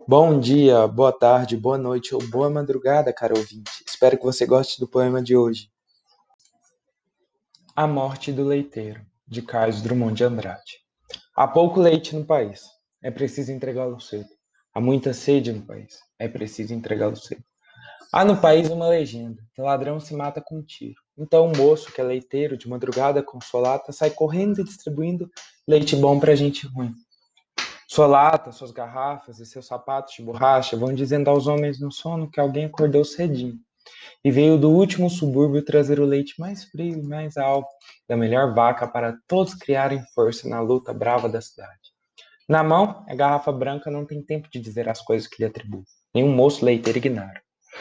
Bom dia, boa tarde, boa noite ou boa madrugada, caro ouvinte. Espero que você goste do poema de hoje. A Morte do Leiteiro, de Carlos Drummond de Andrade. Há pouco leite no país, é preciso entregá-lo cedo. Há muita sede no país, é preciso entregá-lo cedo. Há no país uma legenda, que ladrão se mata com um tiro. Então o moço, que é leiteiro, de madrugada com sua lata, sai correndo e distribuindo leite bom pra gente ruim. Sua lata, suas garrafas e seus sapatos de borracha vão dizendo aos homens no sono que alguém acordou cedinho e veio do último subúrbio trazer o leite mais frio e mais alto da melhor vaca para todos criarem força na luta brava da cidade. Na mão, a garrafa branca não tem tempo de dizer as coisas que lhe atribui. Nenhum moço leiteiro ignara.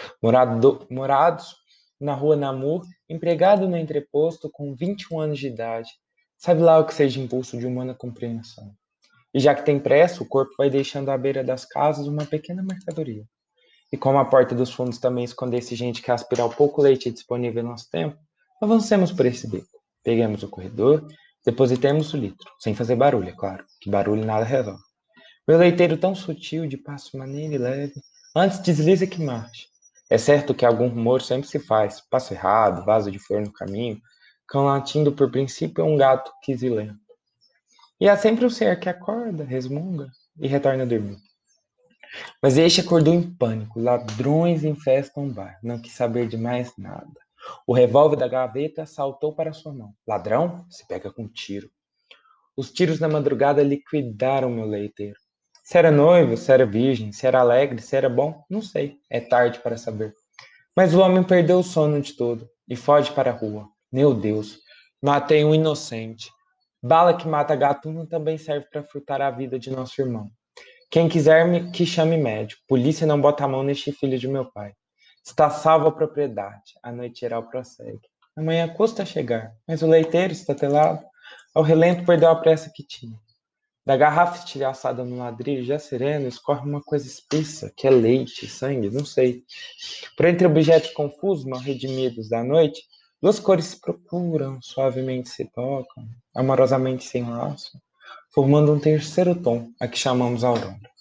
Morados na rua Namur, empregado no entreposto com 21 anos de idade, sabe lá o que seja impulso de humana compreensão. E já que tem pressa, o corpo vai deixando à beira das casas uma pequena mercadoria. E como a porta dos fundos também escondesse gente que aspira ao pouco leite disponível em nosso tempo, avancemos por esse beco. Peguemos o corredor, depositemos o litro, sem fazer barulho, é claro, que barulho nada resolve. Meu leiteiro tão sutil, de passo maneiro e leve, antes desliza que marche. É certo que algum rumor sempre se faz, passo errado, vaso de flor no caminho, cão latindo por princípio é um gato quisilento. E há sempre um ser que acorda, resmunga e retorna a dormir. Mas este acordou em pânico. Ladrões infestam o bar. Não quis saber de mais nada. O revólver da gaveta saltou para sua mão. Ladrão? Se pega com tiro. Os tiros na madrugada liquidaram meu leiteiro. Se era noivo, se era virgem, se era alegre, se era bom, não sei. É tarde para saber. Mas o homem perdeu o sono de todo e foge para a rua. Meu Deus, matei um inocente. Bala que mata gatuno também serve para furtar a vida de nosso irmão. Quem quiser que chame médico. Polícia não bota a mão neste filho de meu pai. Está salva a propriedade. A noite geral prossegue. Amanhã custa chegar, mas o leiteiro está telado. Ao relento perdeu a pressa que tinha. Da garrafa estilhaçada no ladrilho, já sereno, escorre uma coisa espessa, que é leite, sangue, não sei. Por entre objetos confusos, mal redimidos da noite, duas cores se procuram, suavemente se tocam, amorosamente se enlaçam, formando um terceiro tom, a que chamamos aurora.